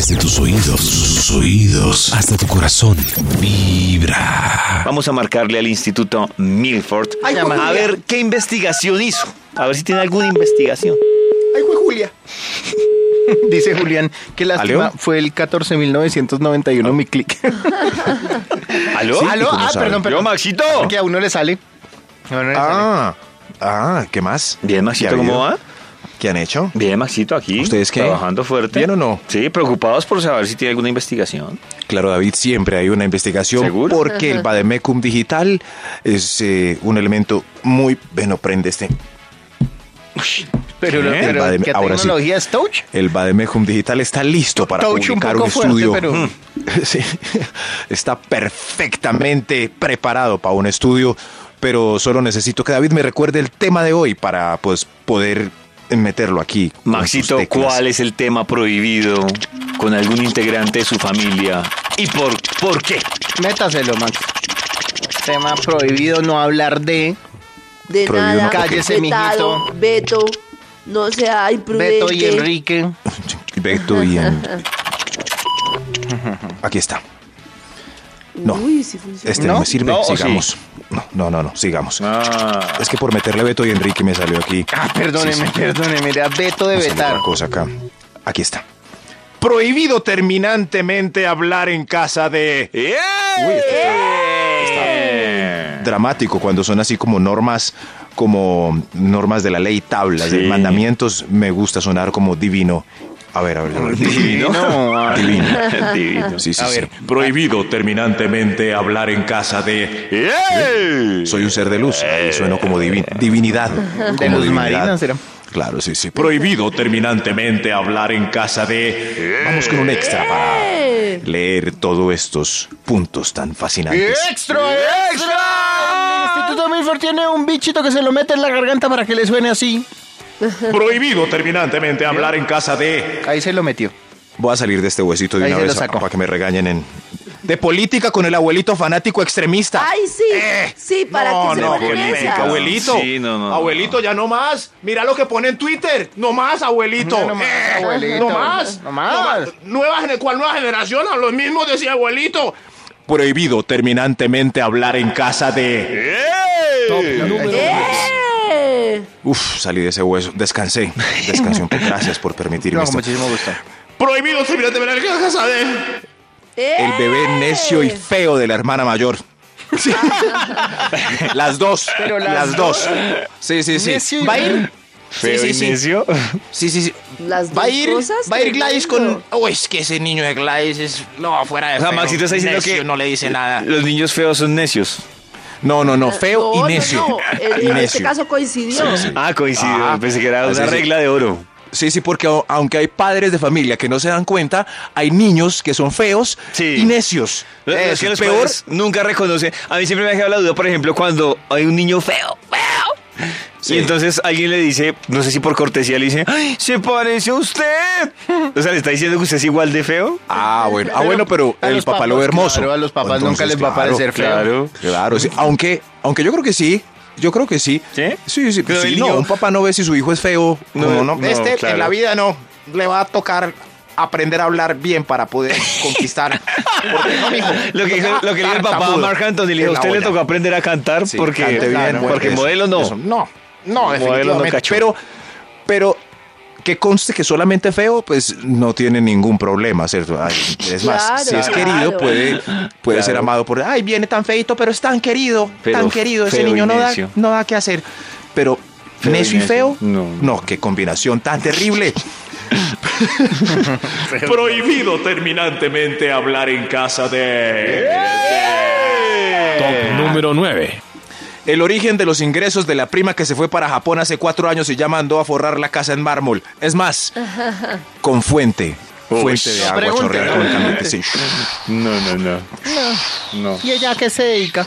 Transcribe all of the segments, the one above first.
Desde tus oídos, hasta tu corazón, vibra. Vamos a marcarle al Instituto Milford a ver qué investigación hizo. A ver si tiene alguna investigación. Ay, fue Julia. Dice Julián que lástima ¿Aló? fue el 14.991 mi clic. ¿Aló? ¿Sí? ¿Aló? ¿Cómo sabe? Perdón. ¿Yo, Maxito? Que a uno le sale. A uno le sale. ¿Qué más? Bien, Maxito, ¿Qué ha ¿cómo habido? va? ¿Qué han hecho? Bien, Maxito, aquí. ¿Ustedes qué? Trabajando fuerte. ¿Bien o no? Sí, preocupados por saber si tiene alguna investigación. Claro, David, siempre hay una investigación. ¿Seguro? Porque el Vademecum digital es un elemento muy... Bueno, prende este. Pero, ¿Qué? pero Vale, ¿qué ahora sí. tecnología es Touch? El Vademecum digital está listo para Touch un publicar poco un fuerte, estudio. pero- Sí, está perfectamente preparado para un estudio, pero solo necesito que David me recuerde el tema de hoy para pues poder meterlo aquí. con Maxito, sus teclas. ¿cuál es el tema prohibido con algún integrante de su familia? ¿Y por qué? Métaselo, Max. Tema prohibido no hablar de De Prohibido nada. no Cállese, vetado, mijito. Beto, no sea imprudente. Beto y Enrique. Beto y Aquí está. No. Uy, sí funciona. Este no, ¿No? me sirve. ¿No o sí? Sigamos. No, sigamos. Ah, Es que por meterle Beto y Enrique me salió aquí. Perdóneme, perdóneme. Era Beto de Me salió vetar. otra cosa acá. Aquí está. Prohibido terminantemente hablar en casa de... Uy, dramático cuando son así como normas de la ley, tablas, Sí. de mandamientos. Me gusta sonar como divino. A ver. Divino. Divino. Divino. Sí, A sí. ver. Prohibido terminantemente hablar en casa de... Soy un ser de luz. Y sueno como divinidad. De Como los divinidad. marinas, ¿será? Claro, sí. Prohibido terminantemente hablar en casa de... Vamos con un extra para leer todos estos puntos tan fascinantes. ¡Extra! El Instituto Milford tiene un bichito que se lo mete en la garganta para que le suene así. Prohibido terminantemente hablar en casa de... Ahí se lo metió. Voy a salir de este huesito de Ahí una se vez lo saco. para que me regañen en... De política con el abuelito fanático extremista. Ay, sí. Sí, para que se ponen esas. Abuelito. Sí, no. Abuelito, ya no más. Mira lo que pone en Twitter. No más, abuelito. No más, abuelito. No más. No más. ¿Cuál nueva generación? A los mismos decía abuelito. Prohibido terminantemente hablar en casa de... Uf, salí de ese hueso. Descansé un poco. Gracias por permitirme No, esto. con muchísimo gusto. Prohibido terminantemente hablar en casa de... El bebé necio y feo de la hermana mayor. Sí. Las dos. Pero las dos. Sí. Necio y- ¿Va a ir? Feo y necio. Sí. Las dos Va a ir cosas. Gladys tremendo. con... Uy, es que ese niño de Gladys es... No, fuera de O sea, feo. Maxito está diciendo Necio, que no le dice nada. Los niños feos son necios. No, feo No, y necio. no. Y En este necio. caso coincidió. Ah, coincidió. Ah, Pensé que era así una sí. regla de oro. Sí, porque aunque hay padres de familia que no se dan cuenta, hay niños que son feos Sí. y necios. Es que los peor. padres nunca reconocen. A mí siempre me ha quedado la duda, por ejemplo, cuando hay un niño feo. Sí. Y entonces alguien le dice, no sé si por cortesía le dice, ¡ay, se parece a usted! O sea, le está diciendo que usted es igual de feo. Ah, bueno, pero a el los papá lo ve hermoso. claro, a los papás nunca les va a parecer feo. Claro, sí. Aunque yo creo que sí. Yo creo que sí. ¿Sí? Sí. Pero Sí, el no, niño- un papá no ve si su hijo es feo. No, No. no, Este claro. en la vida no. Le va a tocar aprender a hablar bien para poder conquistar. Porque no, mijo. Lo que dijo el papá a Tartamudo. Marc Anthony, le dijo, a En la usted le olla. tocó aprender a cantar Sí, porque, cante bien, porque eso, modelo no. eso. No, Modelo no definitivamente. cachó. Pero que conste que solamente feo, pues no tiene ningún problema, ¿cierto? Ay, es más, Claro, si es claro. querido, puede Claro. ser amado por, ay, viene tan feito, pero es tan querido, Pero ese feo niño y no necio. da qué hacer. Pero Feo y necio y necio. feo, No. qué combinación tan terrible. Prohibido terminantemente hablar en casa de... Top número 9. El origen de los ingresos de la prima que se fue para Japón hace 4 años y ya mandó a forrar la casa en mármol. Es más, con fuente. Fuente de agua pregunte, chorrear no constantemente, sí. No. ¿Y ella a qué se dedica?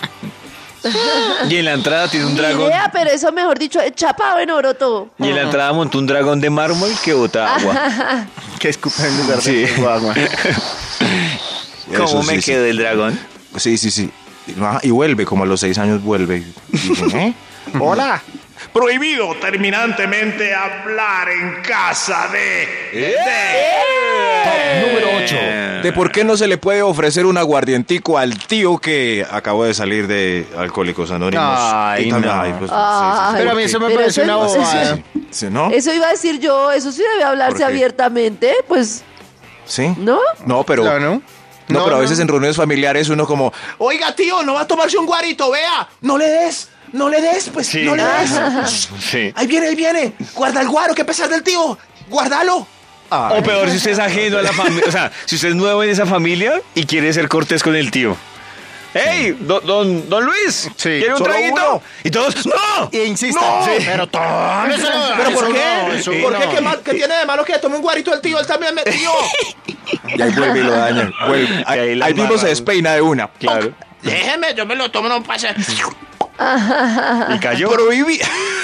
Y en la entrada tiene un Ni dragón. idea, pero eso mejor dicho, es chapado en oro todo. Y en la entrada montó un dragón de mármol que bota agua. Que escupa en lugar Sí. de agua. ¿Cómo Eso me sí, quedó el dragón? Sí. Y vuelve, como a los 6 años vuelve. Y dice, ¿eh? Hola. Prohibido terminantemente hablar en casa de... 8. ¿De por qué no se le puede ofrecer un aguardientico al tío que acabó de salir de Alcohólicos Anónimos? Ay, Y también- no. ay, pues, Pero a mí eso me Pero parece eso una no- bobada. sí, ¿no? Eso iba a decir yo, eso sí debe hablarse ¿Por qué? abiertamente, pues, ¿Sí? ¿no? No, pero... Claro, ¿no? No, pero a veces en reuniones familiares uno como, oiga tío, no va a tomarse un guarito, vea, no le des, pues, Sí. no le des. Sí. Ahí viene, guarda el guaro, que pesar del tío, guárdalo. O peor, si usted es ajeno a la familia, o sea, si usted es nuevo en esa familia y quiere ser cortés con el tío. ¡Ey, don Luis! Sí. ¿Quiere un Solo traguito? uno. Y todos, ¡no! Y insista. No. Sí. Pero todo. ¿Pero por eso qué? no, eso ¿Por no. qué? ¿Qué tiene de malo que tome un guarito el tío? Él también me tío. Y ahí vuelve y lo daña. Vuelve. ahí Ahí, la mismo embarra. se despeina de una. Claro. Déjeme, yo me lo tomo, no pasa. Y cayó. Prohibí.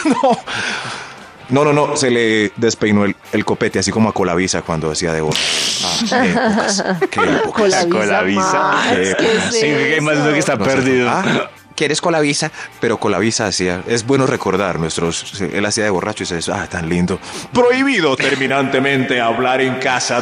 No, se le despeinó el copete, así como a Colavisa cuando hacía de boda. Qué épocas. Qué épocas. Colavisa. Max, Qué ¿qué es Sí, que hay más eso? uno que está No sé. perdido. ¿Quieres Colavisa? Pero Colavisa hacía. Es bueno recordar nuestros. Él hacía de borracho y se decía, tan lindo. Prohibido terminantemente hablar en casa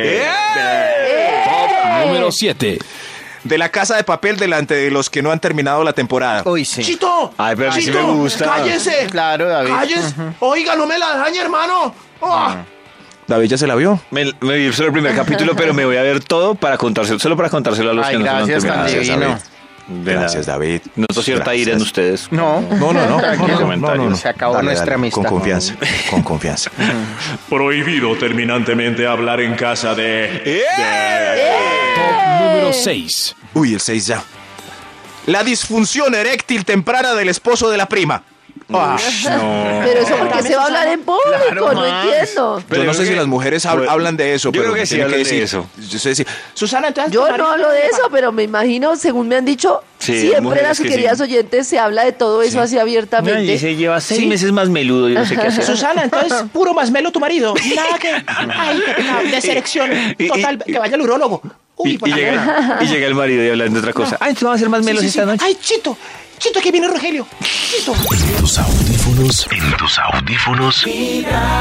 Número 7. de la casa de papel delante de los que no han terminado la temporada. Uy, sí. ¡Chito! Ay, pero a mí sí me gusta. ¡Cállese! Claro, David. ¡Cállese! Oiga, no me la dañe, hermano. Ah. David ya se la vio. Me vi solo el primer capítulo, pero me voy a ver todo para contárselo, solo para contárselo a los Ay, que no se lo han gracias, terminado. tan divino. David. De Gracias, nada. David. Noto cierta ira en ustedes. No. No. Tranquilo. Se acabó nuestra amistad. Con confianza, con confianza. Prohibido terminantemente hablar en casa de... Top número 6. Uy, el 6 ya. La disfunción eréctil temprana del esposo de la prima. Ah, Pero eso porque se va a hablar en público, Claro, no Max. entiendo. Pero yo no yo sé si creo las mujeres que- hablan de eso, yo pero creo que sí tienen hablan de decir, eso. Yo sé decir, Susana, entonces Yo tu no marido hablo de eso, pero me imagino, según me han dicho, Sí, hay siempre mujeres las que queridas sí. oyentes se habla de todo eso así abiertamente. Y se lleva 6 meses más meludo, yo no sé qué hacer. Susana, entonces puro masmelo tu marido. Nada que. Ay, qué pena, deserección total. Que vaya al urólogo. Uy, Y por favor. llega el marido y hablando de otra cosa. Ay, tú vas a hacer más melos Sí, sí, esta sí. noche. Ay, Chito, que viene Rogelio. Chito. En tus audífonos. Y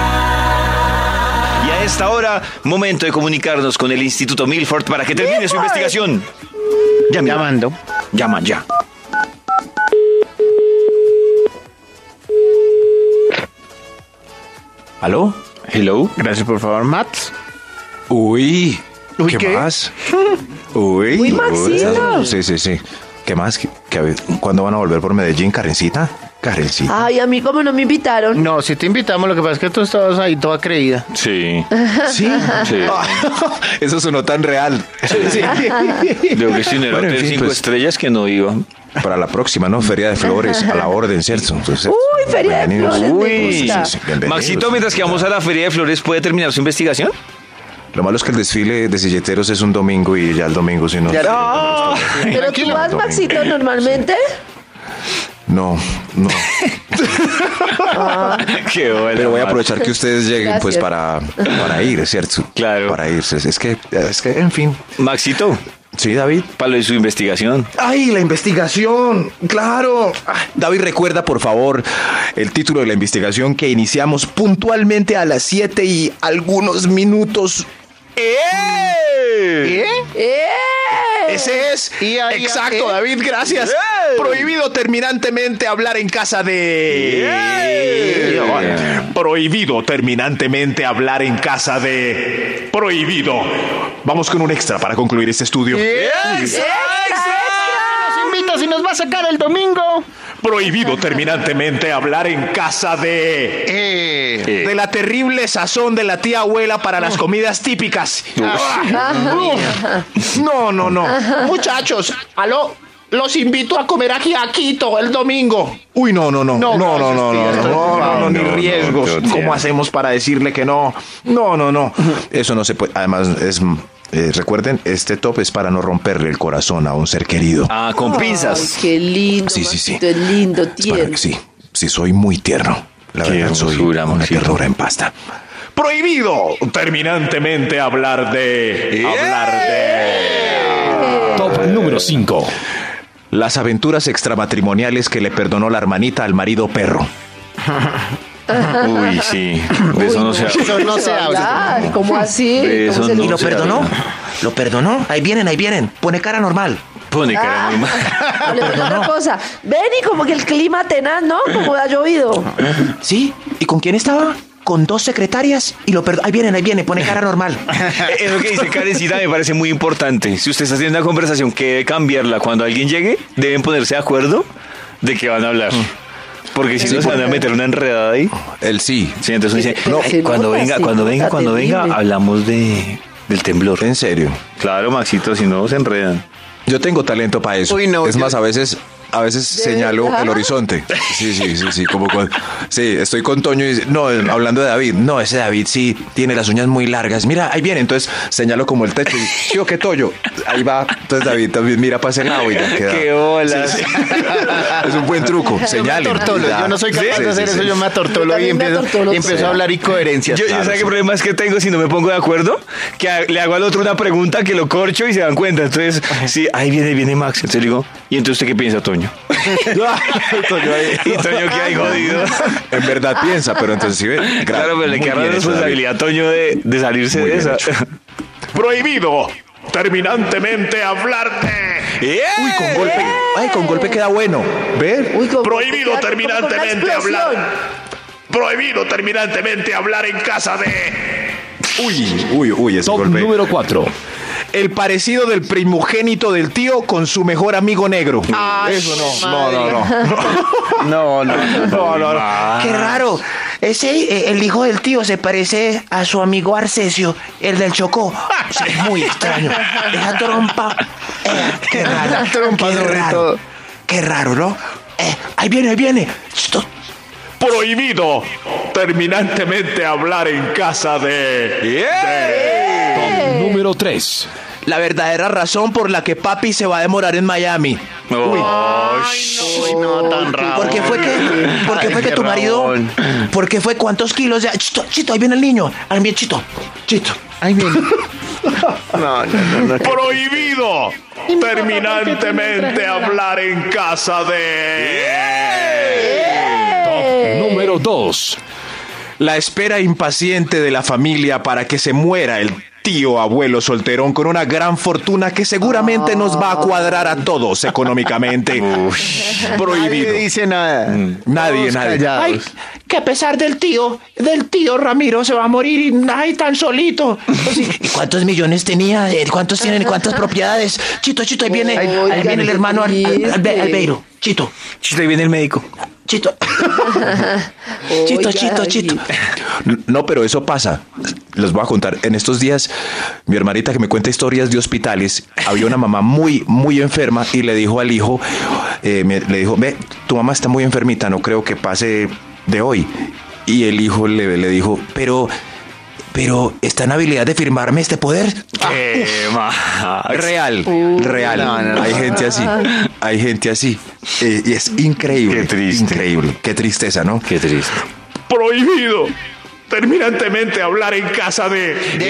a esta hora, momento de comunicarnos con el Instituto Milford para que termine su investigación. Llamando. Llama ya. ¿Aló? Hello. Gracias, por favor, Max. Uy, Uy, ¿qué, ¿qué? más? Uy, Uy, Maxito. Sí. ¿Qué más? ¿Cuándo van a volver por Medellín, Karencita? Karencita. Ay, a mí como no me invitaron. No, si te invitamos, lo que pasa es que tú estabas ahí toda creída. Sí. Sí. Sí. Eso sonó tan real. Creo que si no era Bueno, en hotel fin, 5 pues. estrellas que no iba. Para la próxima, ¿no? Feria de Flores, a la orden, ¿cierto? Entonces, Uy, Feria de bienvenidos. Flores, me Uy, gusta. Sí, bienvenidos. Maxito, mientras que vamos a la Feria de Flores, ¿puede terminar su investigación? Lo malo es que el desfile de silleteros es un domingo y ya el domingo si no... Ya- Pero tú vas, Maxito, normalmente. No. Qué bueno. Pero voy a aprovechar que ustedes lleguen pues Gracias. para ir, ¿cierto? Claro. Para irse. Es que, en fin. Maxito, Sí, David. para lo de su investigación. ¡Ay, la investigación! ¡Claro! David, recuerda, por favor, el título de la investigación que iniciamos puntualmente a las 7 y algunos minutos. ¿Eh? Ese es. Exacto, David, gracias. Prohibido terminantemente hablar en casa de... Prohibido terminantemente hablar en casa de... Prohibido. Vamos con un extra para concluir este estudio. Nos invitas y nos va a sacar el domingo. Prohibido terminantemente hablar en casa de la terrible sazón de la tía abuela para las comidas típicas. No. Muchachos, aló. Los invito a comer aquí a Quito el domingo. Uy, no, No, ni riesgos. no, ¿Cómo hacemos para decirle que no? No. Eso no se puede. Además, recuerden, este top es para no romperle el corazón a un ser querido. Ah, con pinzas. Ay, qué lindo, Sí. Maxito, es lindo, Es para tierno. que- sí, soy muy tierno. La Qué verdad, soy hermosura, una Maxito. ternura en pasta. Prohibido terminantemente hablar de... Top número 5. Las aventuras extramatrimoniales que le perdonó la hermanita al marido perro. Uy, sí. De eso no se habla. Eso no se habla. ¿Cómo así? De eso ¿Cómo se no le- ¿Y lo se perdonó? habla. ¿Lo perdonó? Ahí vienen. Pone cara normal. Pone cara muy mal. Hablemos de otra cosa. Ven y como que el clima tenaz, ¿no? Como ha llovido. ¿Sí? ¿Y con quién estaba? Con 2 secretarias y lo perdonó. Ahí viene, pone cara normal. Eso que dice Karencita me parece muy importante. Si usted está haciendo una conversación que debe cambiarla cuando alguien llegue, deben ponerse de acuerdo de qué van a hablar. Porque si no se van a meter una enredada ahí. El sí. Sí, entonces dice, No, se cuando nota, venga, se cuando venga, nota cuando venga, terrible. hablamos del temblor. En serio. Claro, Maxito, si no se enredan. Yo tengo talento para eso. Uy, no, es yo- más, a veces señalo verdad? el horizonte. Sí, sí, estoy con Toño y no, hablando de David. No, ese David sí tiene las uñas muy largas. Mira, ahí viene. Entonces señalo como el techo y sí o qué Toño. Ahí va. Entonces David también mira para ese lado y ya queda. ¡Qué bolas! Sí. Es un buen truco. Yo me Señale. atortolo, yo no soy capaz de hacer eso, yo me atortolo Yo y también me empiezo, atortolo. y empiezo a hablar incoherencias. Yo ¿sabes qué problema es que tengo si no me pongo de acuerdo? Que le hago al otro una pregunta que lo corcho y se dan cuenta. Entonces, sí, ahí viene Max. Entonces digo, ¿y entonces usted qué piensa, Toño? Toño ahí. Y Toño que hay jodido. En verdad piensa, pero entonces sí ve. Claro, pero le queda la responsabilidad a Toño de salirse Muy de bien esa. hecho. Prohibido terminantemente hablarte. Uy, con golpe. Ay, con golpe queda bueno. ¿Ver? Uy, como- Prohibido como una terminantemente explosión. hablar. Prohibido terminantemente hablar en casa de. Uy, ese Top golpe. número 4. El parecido del primogénito del tío con su mejor amigo negro. Eso no. No. Qué raro. Ese, el hijo del tío se parece a su amigo Arcesio, el del Chocó. Sí, muy extraño. Esa trompa. Qué raro. La trompa qué sobre raro. todo. Qué raro, ¿no? Ahí viene. Chito. Prohibido terminantemente hablar en casa de. Top número 3. La verdadera razón por la que papi se va a demorar en Miami. Uy, no, tan raro. ¿Por qué fue que tu marido? ¿Por qué fue cuántos kilos ya? Chito, ahí viene el niño. Ahí viene Chito. Ahí viene. No. Prohibido terminantemente hablar en casa de. Número 2. La espera impaciente de la familia para que se muera el tío abuelo solterón con una gran fortuna que seguramente nos va a cuadrar a todos económicamente. Nadie Prohibido. dice nada. Nadie. Callados. Ay, que a pesar del tío Ramiro se va a morir y ay, tan solito. ¿Y cuántos millones tenía? ¿Cuántos tienen? ¿Cuántas propiedades? Chito, ahí viene el hermano Albeiro. Chito, Ahí viene el médico. Chito. Oiga, Chito. No, pero eso pasa. Les voy a contar. En estos días, mi hermanita que me cuenta historias de hospitales, había una mamá muy enferma y le dijo al hijo, le dijo, ve, tu mamá está muy enfermita, no creo que pase de hoy. Y el hijo le dijo, pero ¿está en habilidad de firmarme este poder? Real. No. Hay gente así. Y es increíble. Qué triste. Increíble. Qué tristeza, ¿no? Qué triste. Prohibido terminantemente hablar en casa de.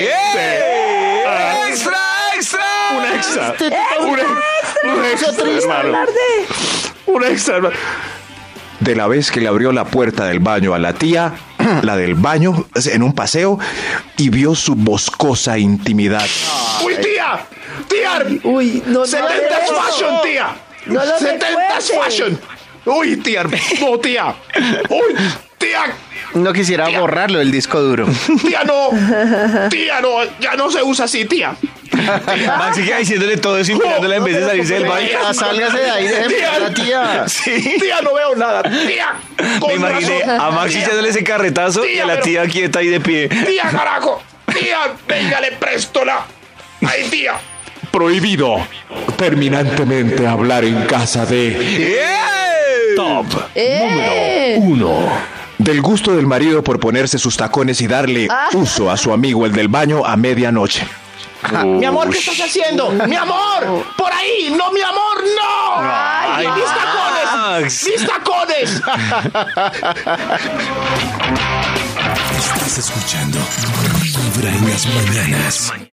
¡Extra! Un extra. Un Eso extra, triste hermano. hablar de. Un extra, hermano. De la vez que le abrió la puerta del baño a la tía, la del baño, en un paseo, y vio su boscosa intimidad. ¡Uy, tía! ¡Tía! Uy, no 70's fashion, tía. No lo 70's recuerde. fashion. Uy, tía. No, tía. Uy, tía. No quisiera borrarlo del disco duro. Tía, no. Tía, no. Ya no se usa así, tía. Maxi queda diciéndole todo eso y mirándola en vez de salirse del baño. Ya, sálgase de ahí, déjeme a la tía. Sí. Tía, no veo nada. Tía. Me Con imaginé razón. a Maxi echándole ese carretazo y a la tía quieta ahí de pie. Tía, carajo. Tía, venga, le presto la. Ay, tía. Prohibido terminantemente hablar en casa de... Top número 1. Del gusto del marido por ponerse sus tacones y darle uso a su amigo el del baño a medianoche. Mi amor, ¿qué estás haciendo? ¡Mi amor! ¡Por ahí! ¡No, mi amor! ¡No! Ay, ¡Mis tacones! Max. ¡Mis tacones! Estás escuchando Vibra en las mañanas.